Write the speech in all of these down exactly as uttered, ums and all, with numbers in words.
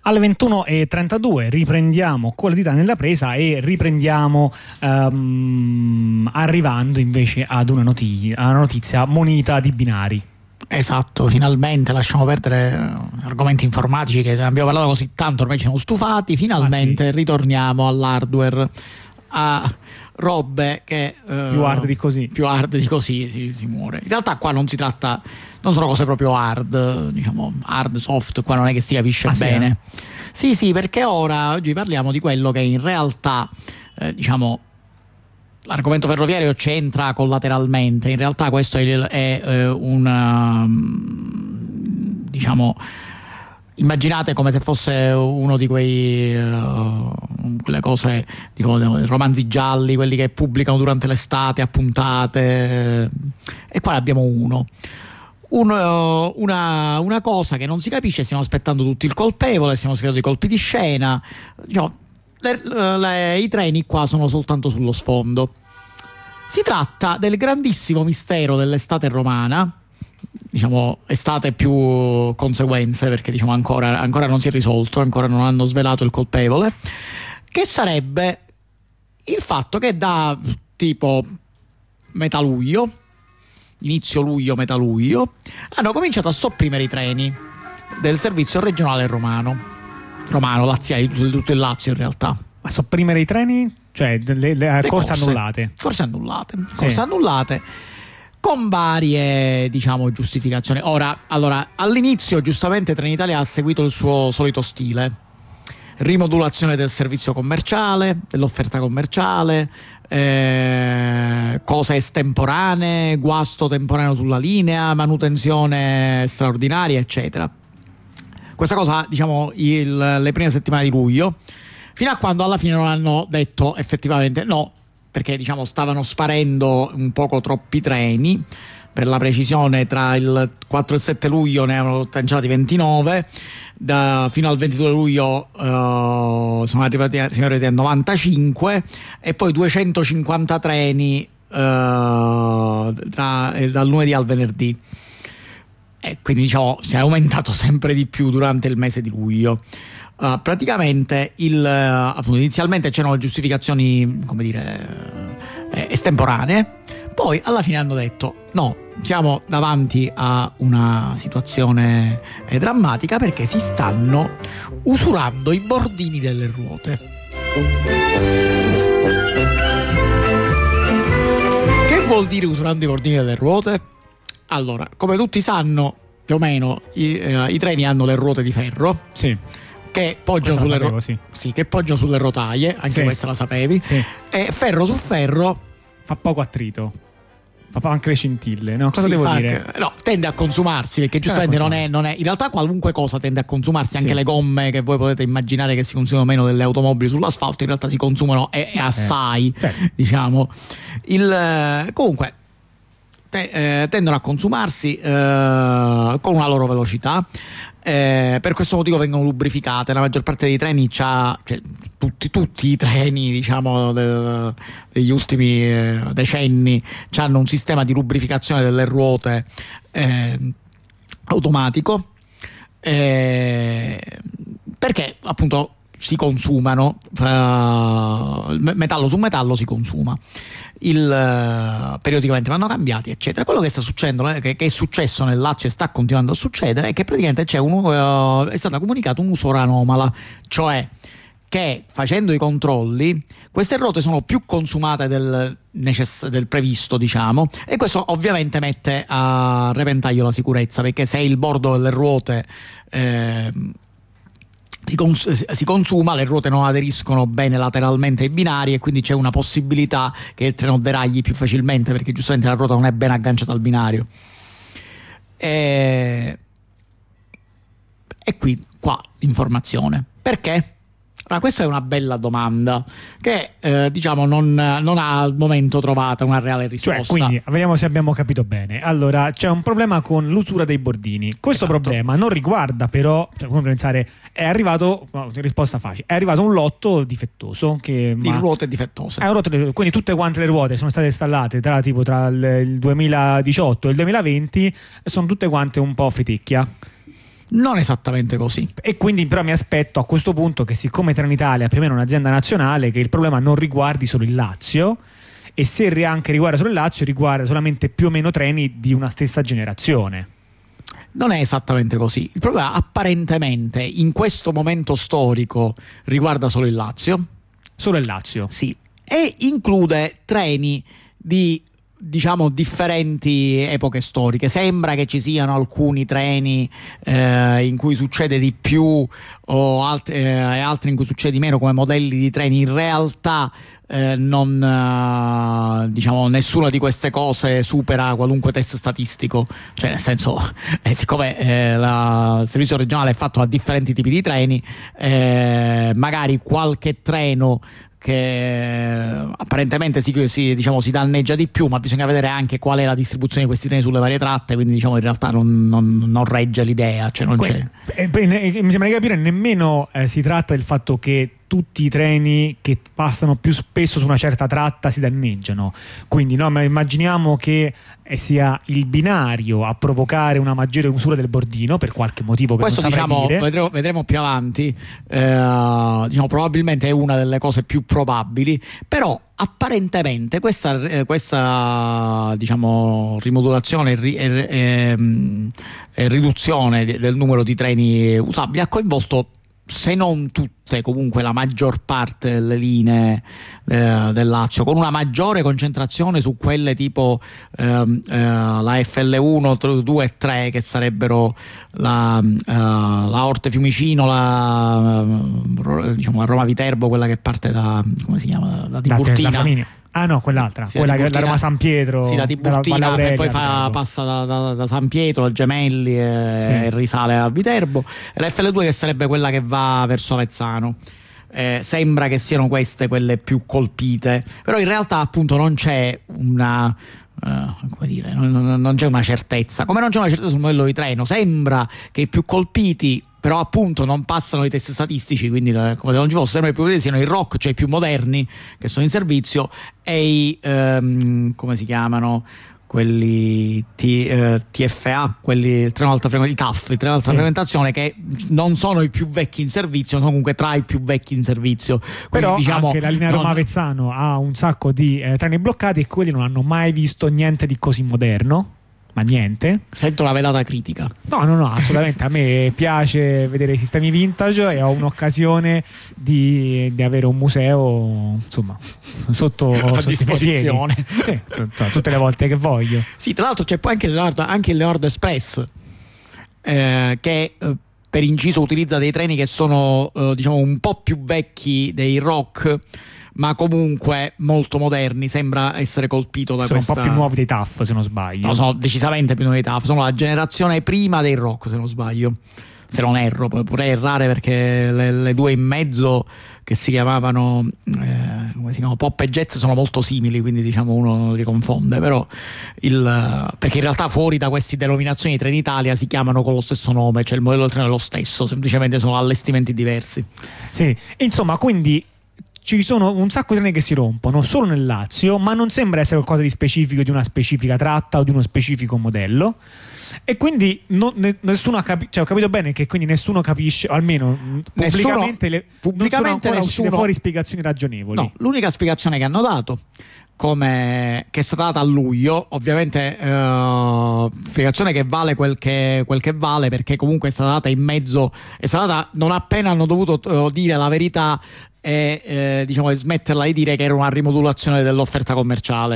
Alle ventuno e trentadue riprendiamo con la dita nella presa e riprendiamo um, arrivando invece ad una notizia, una notizia munita di binari. Esatto, finalmente lasciamo perdere argomenti informatici che abbiamo parlato così tanto, ormai ci siamo stufati, finalmente ah, sì. ritorniamo all'hardware, a robe che uh, più hard di così più hard di così si, si muore. In realtà qua non si tratta, non sono cose proprio hard, diciamo hard soft, qua non è che si capisce ah, bene. Sì, eh? sì, sì, perché ora oggi parliamo di quello che in realtà eh, diciamo l'argomento ferroviario c'entra collateralmente. In realtà questo è, è eh, un diciamo, immaginate come se fosse uno di quei uh, quelle cose tipo romanzi gialli, quelli che pubblicano durante l'estate a puntate, e qua ne abbiamo uno. Un, uh, una, una cosa che non si capisce, stiamo aspettando tutti il colpevole, stiamo aspettando i colpi di scena, diciamo, le, le, i treni qua sono soltanto sullo sfondo. Si tratta del grandissimo mistero dell'estate romana, diciamo estate più conseguenze, perché diciamo ancora, ancora non si è risolto, ancora non hanno svelato il colpevole, che sarebbe il fatto che da tipo metà luglio, inizio luglio, metà luglio, hanno cominciato a sopprimere i treni del servizio regionale romano, romano, laziale, di tutto il Lazio in realtà. Ma sopprimere i treni? Cioè le, le, le corse, corse annullate? Corse annullate, corse sì. annullate. Con varie, diciamo, giustificazioni. Ora, allora, all'inizio giustamente Trenitalia ha seguito il suo solito stile: rimodulazione del servizio commerciale, dell'offerta commerciale, eh, cose estemporanee, guasto temporaneo sulla linea, manutenzione straordinaria, eccetera. Questa cosa, diciamo, il, le prime settimane di luglio, fino a quando alla fine non hanno detto effettivamente no, perché diciamo stavano sparendo un poco troppi treni. Per la precisione, tra il quattro e il sette luglio ne avevano cancellati ventinove, da, fino al ventidue luglio uh, sono arrivati, siamo arrivati a novantacinque, e poi duecentocinquanta treni uh, tra, eh, dal lunedì al venerdì, e quindi diciamo si è aumentato sempre di più durante il mese di luglio. Uh, praticamente il, uh, appunto, inizialmente c'erano le giustificazioni, come dire, eh, estemporanee, poi alla fine hanno detto no, siamo davanti a una situazione eh, drammatica, perché si stanno usurando i bordini delle ruote. Che vuol dire usurando i bordini delle ruote? Allora, come tutti sanno, più o meno i, eh, i treni hanno le ruote di ferro, sì, che poggiano sulle, sapevo, ro- sì. Sì, che poggiano sulle rotaie, anche sì. questa la sapevi, sì. E ferro su ferro fa poco attrito, fa anche le scintille, no? Cosa sì, devo dire? Anche, no, tende a consumarsi, perché giustamente non è, non è, in realtà qualunque cosa tende a consumarsi, anche sì. le gomme che voi potete immaginare che si consumano meno delle automobili sull'asfalto, in realtà si consumano e, e assai, eh, certo. diciamo. Il, comunque te, eh, tendono a consumarsi eh, con una loro velocità. Eh, per questo motivo vengono lubrificate. La maggior parte dei treni c'ha, cioè, tutti, tutti i treni, diciamo, de, degli ultimi eh, decenni hanno un sistema di lubrificazione delle ruote eh, automatico, eh, perché appunto si consumano, uh, metallo su metallo si consuma, il, uh, periodicamente vanno cambiati, eccetera. Quello che sta succedendo, eh, che, che è successo nel Lazio e sta continuando a succedere, è che praticamente c'è un, uh, è stato comunicato un'usura anomala, cioè che facendo i controlli queste ruote sono più consumate del, necess- del previsto, diciamo, e questo ovviamente mette a repentaglio la sicurezza, perché se il bordo delle ruote eh, Si, cons- si consuma, le ruote non aderiscono bene lateralmente ai binari, e quindi c'è una possibilità che il treno deragli più facilmente, perché giustamente la ruota non è ben agganciata al binario. E, e qui qua l'informazione. Perché? Allora, questa è una bella domanda che eh, diciamo non, non ha al momento trovato una reale risposta. Cioè, quindi vediamo se abbiamo capito bene. Allora, c'è un problema con l'usura dei bordini. Questo esatto. problema non riguarda però, cioè, come pensare, è arrivato, no, risposta facile, è arrivato un lotto difettoso che, di ma, ruote difettose. È ruote, quindi tutte quante le ruote sono state installate tra tipo tra il, il duemiladiciotto e il duemilaventi e sono tutte quante un po' feticchia. Non esattamente così. E quindi però mi aspetto a questo punto che, siccome Trenitalia più o meno è un'azienda nazionale, che il problema non riguardi solo il Lazio, e se anche riguarda solo il Lazio, riguarda solamente più o meno treni di una stessa generazione. Non è esattamente così. Il problema apparentemente in questo momento storico riguarda solo il Lazio. Solo il Lazio? Sì. E include treni di, diciamo, differenti epoche storiche. Sembra che ci siano alcuni treni eh, in cui succede di più o alt- eh, altri in cui succede di meno, come modelli di treni. In realtà eh, non eh, diciamo nessuna di queste cose supera qualunque test statistico, cioè nel senso eh, siccome eh, la, il servizio regionale è fatto da differenti tipi di treni, eh, magari qualche treno che apparentemente si, si, diciamo, si danneggia di più, ma bisogna vedere anche qual è la distribuzione di questi treni sulle varie tratte, quindi diciamo in realtà non, non, non regge l'idea, cioè non que- c'è. Eh, mi sembra di capire nemmeno eh, si tratta del fatto che tutti i treni che passano più spesso su una certa tratta si danneggiano, quindi no, ma immaginiamo che eh, sia il binario a provocare una maggiore usura del bordino per qualche motivo che questo non saprei diciamo dire. vedremo, vedremo più avanti, eh, diciamo probabilmente è una delle cose più probabili, però apparentemente questa, eh, questa diciamo rimodulazione e ri, eh, eh, riduzione del numero di treni usabili ha coinvolto, se non tutte, comunque la maggior parte delle linee eh, del Lazio, con una maggiore concentrazione su quelle tipo ehm, eh, la F L uno, due e tre, che sarebbero la, eh, la Orte Fiumicino, la, diciamo, la Roma Viterbo, quella che parte da, come si chiama, da Tiburtina. Da, da Ah no, quell'altra, sì, quella che è la Roma San Pietro, sì, da Tiburtina, Aurelia, e poi fa, passa da, da, da San Pietro, al Gemelli e, sì. e risale a Viterbo, e la F L due che sarebbe quella che va verso Avezzano. Eh, sembra che siano queste quelle più colpite, però in realtà appunto non c'è una Uh, come dire, non, non, non c'è una certezza, come non c'è una certezza sul modello di treno. Sembra che i più colpiti però appunto non passano i test statistici, quindi come se non ci fosse, sembra che i più colpiti siano i R O C, cioè i più moderni che sono in servizio, e i um, come si chiamano quelli T, eh, T F A, quelli il treno alta frequentazione, i T A F, il treno alta sì. frequentazione, che non sono i più vecchi in servizio, sono comunque tra i più vecchi in servizio. Quindi, però diciamo, anche la linea non... Roma-Avezzano ha un sacco di eh, treni bloccati, e quelli non hanno mai visto niente di così moderno. Ma niente. Sento una velata critica. No, no, no, assolutamente. A me piace vedere i sistemi vintage e ho un'occasione di, di avere un museo, insomma, sotto a disposizione. Sì, t- tutte le volte che voglio. Sì, tra l'altro c'è poi anche il Leonardo, anche il Leonardo Express, eh, che eh, per inciso utilizza dei treni che sono eh, diciamo un po' più vecchi dei R O C, ma comunque molto moderni. Sembra essere colpito da sono questa... un po' più nuovi dei T A F, se non sbaglio. No, sono decisamente più nuovi dei T A F, sono la generazione prima dei R O C, se non sbaglio, se non erro, potrei errare, perché le, le due in mezzo che si chiamavano eh, come si chiamano, Pop e Jazz, sono molto simili, quindi diciamo uno li confonde, però il, perché in realtà fuori da queste denominazioni di Trenitalia si chiamano con lo stesso nome, cioè il modello del treno è lo stesso, semplicemente sono allestimenti diversi. Sì, insomma, quindi ci sono un sacco di treni che si rompono solo nel Lazio, ma non sembra essere qualcosa di specifico, di una specifica tratta o di uno specifico modello, e quindi non, ne, nessuno ha capito, cioè ho capito bene che quindi nessuno capisce, o almeno nessuno, pubblicamente, le, pubblicamente non sono nessuno, fuori spiegazioni ragionevoli. No, l'unica spiegazione che hanno dato, come che è stata data a luglio, ovviamente eh, spiegazione che vale quel che, quel che vale, perché comunque è stata data in mezzo, è stata data non appena hanno dovuto eh, dire la verità e eh, diciamo e smetterla di dire che era una rimodulazione dell'offerta commerciale.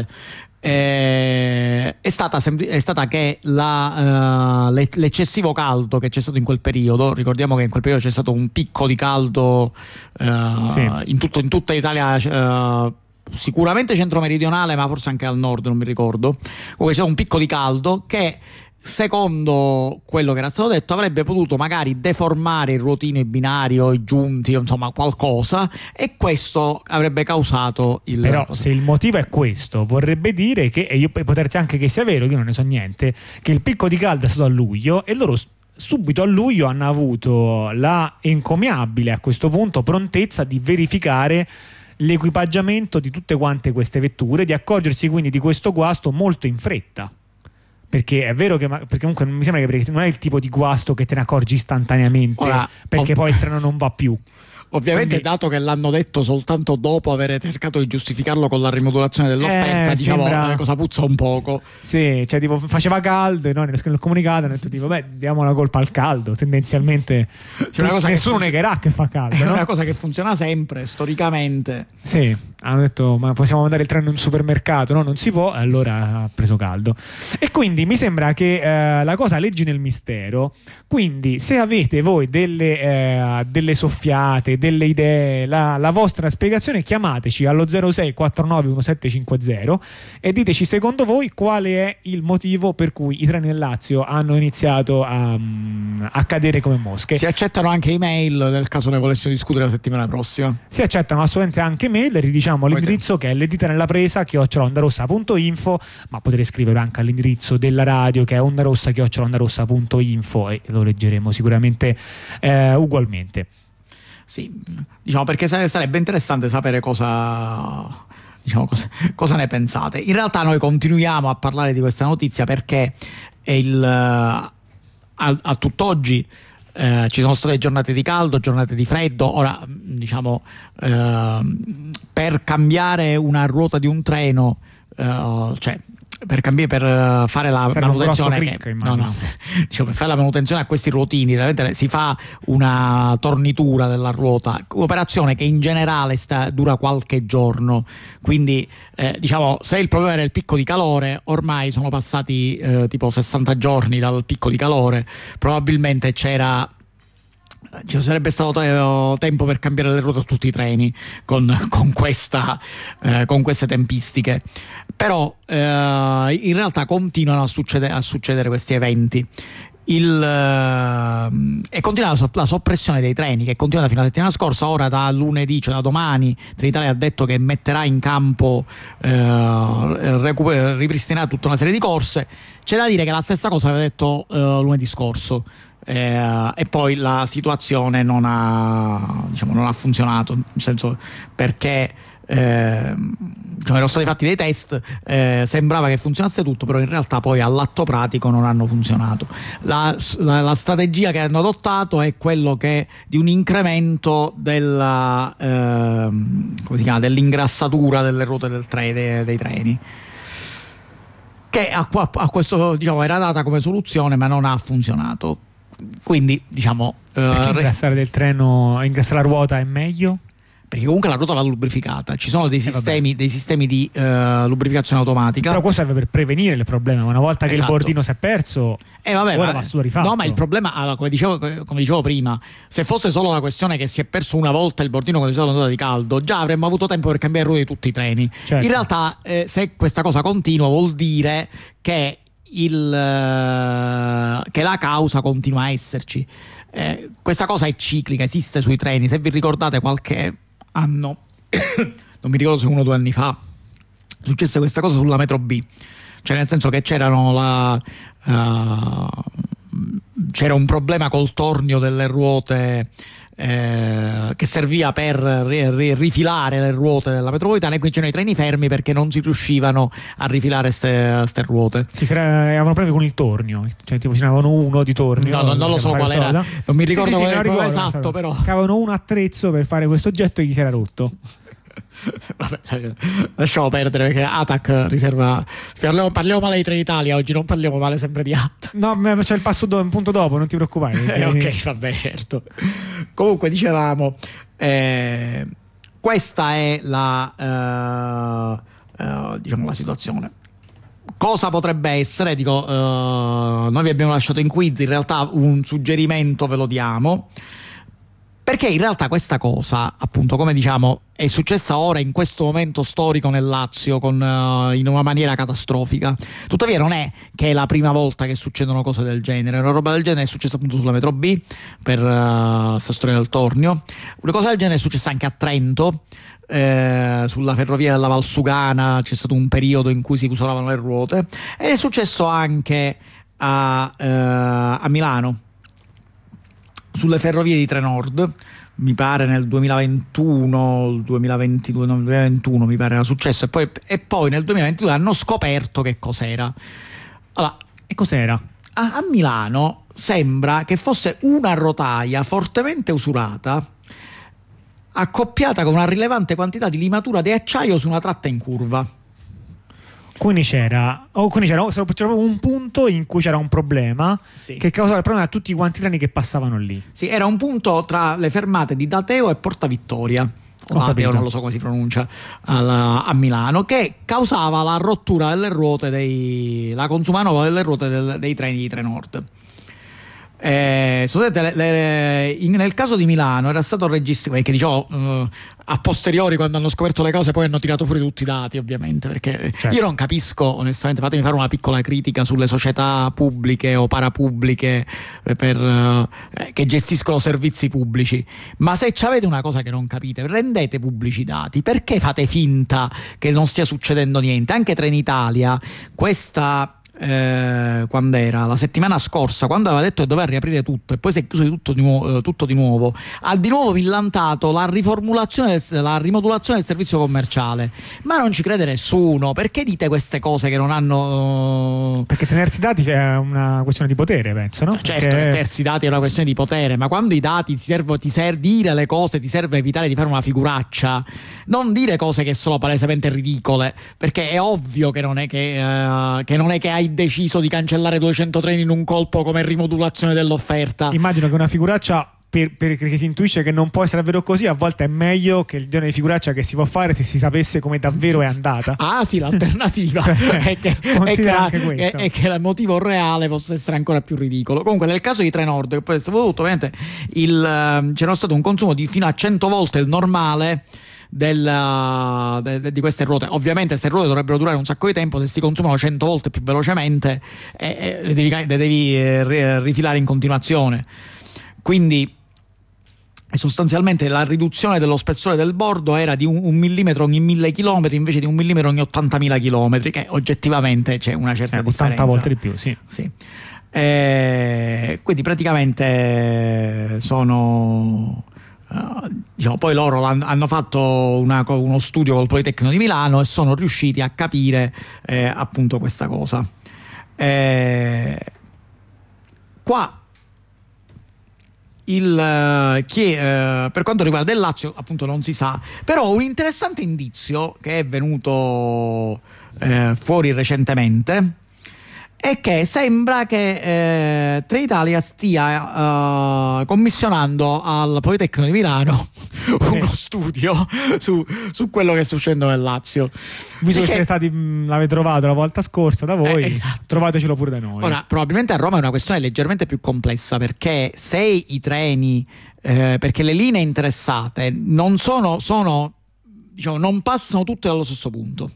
Eh, è, stata, è stata che la, uh, l'eccessivo caldo che c'è stato in quel periodo, ricordiamo che in quel periodo c'è stato un picco di caldo uh, sì. in, tutto, in tutta Italia, uh, sicuramente centro-meridionale, ma forse anche al nord, non mi ricordo. Comunque c'è stato un picco di caldo che, secondo quello che era stato detto, avrebbe potuto magari deformare il ruotino, i binari o i giunti, insomma qualcosa, e questo avrebbe causato il... Però se il motivo è questo, vorrebbe dire che, e io, potersi anche che sia vero, io non ne so niente, che il picco di caldo è stato a luglio e loro subito a luglio hanno avuto la encomiabile, a questo punto, prontezza di verificare l'equipaggiamento di tutte quante queste vetture, di accorgersi quindi di questo guasto molto in fretta. Perché è vero che, perché comunque mi sembra che non è il tipo di guasto che te ne accorgi istantaneamente. Ora, perché ov- poi il treno non va più. Ovviamente, quindi, dato che l'hanno detto soltanto dopo aver cercato di giustificarlo con la rimodulazione dell'offerta, eh, diciamo, sembra... cosa puzza un poco. Sì, cioè tipo faceva caldo e noi nel comunicato hanno detto tipo, beh, diamo la colpa al caldo. Tendenzialmente c'è una cosa nessuno che funziona... negherà che fa caldo. È no? una cosa che funziona sempre, storicamente. Sì, hanno detto, ma possiamo mandare il treno in un supermercato? No, non si può, e allora ha preso caldo. E quindi mi sembra che eh, la cosa leggi nel mistero. Quindi se avete voi delle, eh, delle soffiate, delle idee, la, la vostra spiegazione, chiamateci allo zero sei quattro nove uno sette cinque zero e diteci secondo voi quale è il motivo per cui i treni del Lazio hanno iniziato a, a cadere come mosche. Si accettano anche email nel caso ne volessimo discutere la settimana prossima. Si accettano assolutamente anche mail, ridiciamo l'indirizzo che è l'edita nella presa chiocciola ondarossa punto info, ma potete scrivere anche all'indirizzo della radio che è ondarossa chiocciola ondarossa punto info e lo leggeremo sicuramente eh, ugualmente. Sì, diciamo, perché sarebbe interessante sapere cosa, diciamo, cosa, cosa ne pensate. In realtà noi continuiamo a parlare di questa notizia perché il, a, a tutt'oggi eh, ci sono state giornate di caldo, giornate di freddo. Ora, diciamo, eh, per cambiare una ruota di un treno, eh, cioè per cambiare, per fare la Serve manutenzione click, che, no, no, diciamo, per fare la manutenzione a questi ruotini veramente si fa una tornitura della ruota, operazione che in generale sta, dura qualche giorno, quindi eh, diciamo, se il problema era il picco di calore, ormai sono passati eh, tipo sessanta giorni dal picco di calore, probabilmente c'era ci sarebbe stato tempo per cambiare le ruote a tutti i treni con, con, questa, eh, con queste tempistiche, però eh, in realtà continuano a succedere, a succedere questi eventi. Il, uh, e continua la, la soppressione dei treni che continua fino alla settimana scorsa. Ora da lunedì, cioè da domani, Trenitalia ha detto che metterà in campo uh, recuper- ripristinerà tutta una serie di corse. C'è da dire che la stessa cosa aveva detto uh, lunedì scorso. Eh, e poi la situazione non ha, diciamo, non ha funzionato, nel senso, perché eh, diciamo, erano stati fatti dei test, eh, sembrava che funzionasse tutto, però in realtà poi all'atto pratico non hanno funzionato. La, la, la strategia che hanno adottato è quello che di un incremento della, eh, come si chiama, dell'ingrassatura delle ruote del tre, dei, dei treni, che a, a questo, diciamo, era data come soluzione ma non ha funzionato. Quindi, diciamo, perché ingrassare del treno, ingrassare la ruota è meglio? Perché comunque la ruota va lubrificata, ci sono dei sistemi, eh dei sistemi di uh, lubrificazione automatica. Però questo serve per prevenire il problema. Una volta che esatto. il bordino si è perso, eh vabbè, ora ma, va su rifatto. No, ma il problema, allora, come, dicevo, come dicevo prima, se fosse solo la questione che si è perso una volta il bordino quando c'è stata l'ondata di caldo, già avremmo avuto tempo per cambiare ruote di tutti i treni. Certo. In realtà, eh, se questa cosa continua, vuol dire che Il, che la causa continua a esserci. Eh, questa cosa è ciclica, esiste sui treni. Se vi ricordate, qualche anno, non mi ricordo se uno o due anni fa, successe questa cosa sulla metro B, cioè nel senso che c'erano la uh, c'era un problema col tornio delle ruote Eh, che serviva per ri- ri- rifilare le ruote della metropolitana, e quindi c'erano i treni fermi perché non si riuscivano a rifilare queste ruote. Ci avevano problemi con il tornio, cioè tipo ce n'avevano uno di tornio. No, no, non lo so qual era, soda. non mi ricordo sì, sì, qual sì, era ricordo, esatto, però avevano un attrezzo per fare questo oggetto e gli si era rotto. Vabbè, cioè, lasciamo perdere perché Atac riserva. Parliamo, parliamo male di Trenitalia oggi, non parliamo male sempre di Atac. No, c'è il passo do, un punto dopo, non ti preoccupare. eh, ok, vabbè, certo. Comunque dicevamo, eh, questa è la uh, uh, diciamo la situazione. Cosa potrebbe essere? Dico, uh, noi vi abbiamo lasciato in quiz, in realtà un suggerimento ve lo diamo. Perché in realtà questa cosa, appunto, come diciamo, è successa ora in questo momento storico nel Lazio con, uh, in una maniera catastrofica. Tuttavia non è che è la prima volta che succedono cose del genere. Una roba del genere è successa appunto sulla metro B per uh, questa storia del tornio. Una cosa del genere è successa anche a Trento, eh, sulla ferrovia della Valsugana c'è stato un periodo in cui si usuravano le ruote, ed è successo anche a, uh, a Milano, sulle ferrovie di Trenord, mi pare nel duemilaventuno, duemilaventidue, duemilaventuno mi pare era successo, e poi, e poi nel duemilaventidue hanno scoperto che cos'era. Allora, E cos'era? A, a Milano sembra che fosse una rotaia fortemente usurata, accoppiata con una rilevante quantità di limatura di acciaio su una tratta in curva. Quindi c'era, oh, quindi c'era, c'era proprio un punto in cui c'era un problema, sì, che causava il problema a tutti quanti i treni che passavano lì. Sì, era un punto tra le fermate di Dateo e Porta Vittoria, o Dateo, non lo so come si pronuncia, alla, a Milano, che causava la rottura delle ruote dei, la consumanova delle ruote del, dei treni di Trenord. Eh, scusate, le, le, in, nel caso di Milano era stato registrato, che diciamo uh, a posteriori, quando hanno scoperto le cose, poi hanno tirato fuori tutti i dati, ovviamente, perché certo, io non capisco onestamente. Fatemi fare una piccola critica sulle società pubbliche o parapubbliche per, uh, che gestiscono servizi pubblici. Ma se avete una cosa che non capite, rendete pubblici i dati. Perché fate finta che non stia succedendo niente? Anche Trenitalia, questa Eh, quando era la settimana scorsa, quando aveva detto che doveva riaprire tutto e poi si è chiuso di tutto, di nuovo, tutto di nuovo, ha di nuovo millantato la riformulazione del, la rimodulazione del servizio commerciale. Ma non ci crede nessuno. Perché dite queste cose che non hanno? Perché tenersi i dati è una questione di potere, penso, no? Certo, Perché... tenersi i dati è una questione di potere, ma quando i dati ti servono, ti serve dire le cose, ti serve evitare di fare una figuraccia, non dire cose che sono palesemente ridicole, perché è ovvio che non è che, uh, che non è che hai deciso di cancellare duecento treni in un colpo come rimodulazione dell'offerta. Immagino che una figuraccia, per, perché si intuisce che non può essere davvero così, a volte è meglio che il genere di figuraccia che si può fare se si sapesse come davvero è andata. Ah sì, l'alternativa è, che, è, che la, è, è che il motivo reale possa essere ancora più ridicolo. Comunque nel caso di Trenord, che poi è stato tutto, ovviamente il, c'era stato un consumo di fino a cento volte il normale Del, de, de, di queste ruote. Ovviamente queste ruote dovrebbero durare un sacco di tempo. Se si consumano cento volte più velocemente, eh, eh, le devi, le devi eh, rifilare in continuazione. Quindi sostanzialmente la riduzione dello spessore del bordo era di un, un millimetro ogni mille chilometri invece di un millimetro ogni ottantamila chilometri, che oggettivamente c'è una certa eh, differenza. ottanta volte di più, sì, sì. Eh, quindi praticamente sono Uh, diciamo, poi loro hanno fatto una, uno studio col Politecnico di Milano e sono riusciti a capire eh, appunto questa cosa. Eh, qua il chi, eh, per quanto riguarda il Lazio, appunto non si sa, però un interessante indizio che è venuto eh, fuori recentemente è che sembra che eh, Trenitalia stia uh, commissionando al Politecnico di Milano uno studio su, su quello che sta succedendo nel Lazio. Visto che siete stati, mh, l'avete trovato la volta scorsa da voi, eh, esatto, trovatecelo pure da noi. Ora, probabilmente a Roma è una questione leggermente più complessa, perché se i treni, eh, perché le linee interessate non sono, sono diciamo, non passano tutte dallo stesso punto.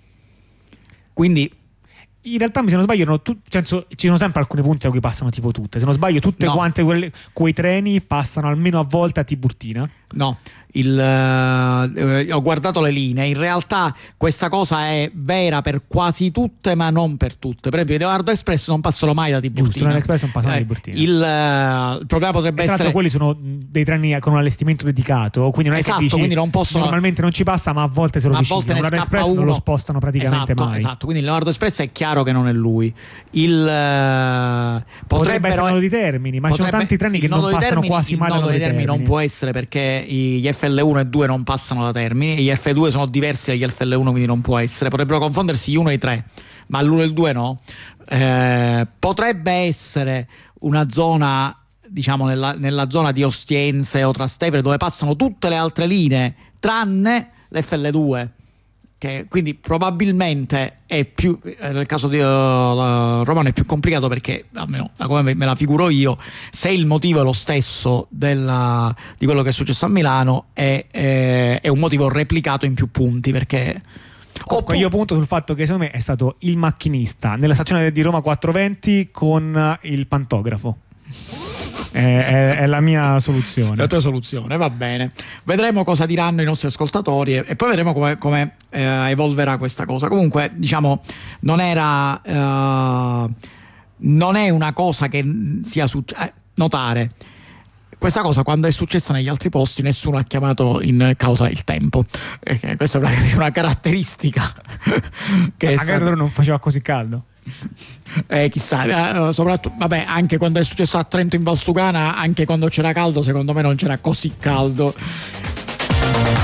Quindi in realtà, se non sbaglio, no, tu, cioè, ci sono sempre alcuni punti da cui passano tipo tutte. Se non sbaglio, tutte no. quante quelle, quei treni passano almeno a volte a Tiburtina. No, il, uh, ho guardato le linee. In realtà questa cosa è vera per quasi tutte, ma non per tutte. Per esempio, i Leonardo Express non passano mai da Tiburtina. Giusto, Express non passano eh, da Tiburtina. Il, uh, il problema potrebbe e tra essere. Quelli sono dei treni con un allestimento dedicato, quindi non è esatto, che dici, quindi non possono, normalmente non ci passa, ma a volte se lo vicino. Un Express uno. non lo spostano praticamente esatto, mai. Esatto, quindi il Leonardo Express è chiaro che non è lui. Il uh, potrebbe essere il nodo di Termini, ma ci sono tanti treni che non passano termini, quasi mai. Il nodo di Termini non può essere, perché gli F L uno e due non passano da Termini, e gli F due sono diversi dagli F L uno, quindi non può essere. Potrebbero confondersi gli uno e i tre, ma l'uno e il due no. Eh, potrebbe essere una zona, diciamo nella, nella zona di Ostiense o Trastevere, dove passano tutte le altre linee tranne l'F L due, che quindi probabilmente è più, nel caso di uh, Romano è più complicato, perché almeno da come me la figuro io, se il motivo è lo stesso della, di quello che è successo a Milano, è, è, è un motivo replicato in più punti, perché comunque io punto sul fatto che secondo me è stato il macchinista nella stazione di Roma quattrocentoventi con il pantografo. È, è, è la mia soluzione. La tua soluzione, va bene. Vedremo cosa diranno i nostri ascoltatori e, e poi vedremo come, come eh, evolverà questa cosa. Comunque, diciamo, non era eh, non è una cosa che sia successa. Eh, notare questa cosa, quando è successa negli altri posti, nessuno ha chiamato in causa il tempo. Eh, questa è una, una caratteristica che magari stata... non faceva così caldo. Eh, chissà, eh, soprattutto, vabbè, anche quando è successo a Trento in Valsugana, anche quando c'era caldo, secondo me non c'era così caldo.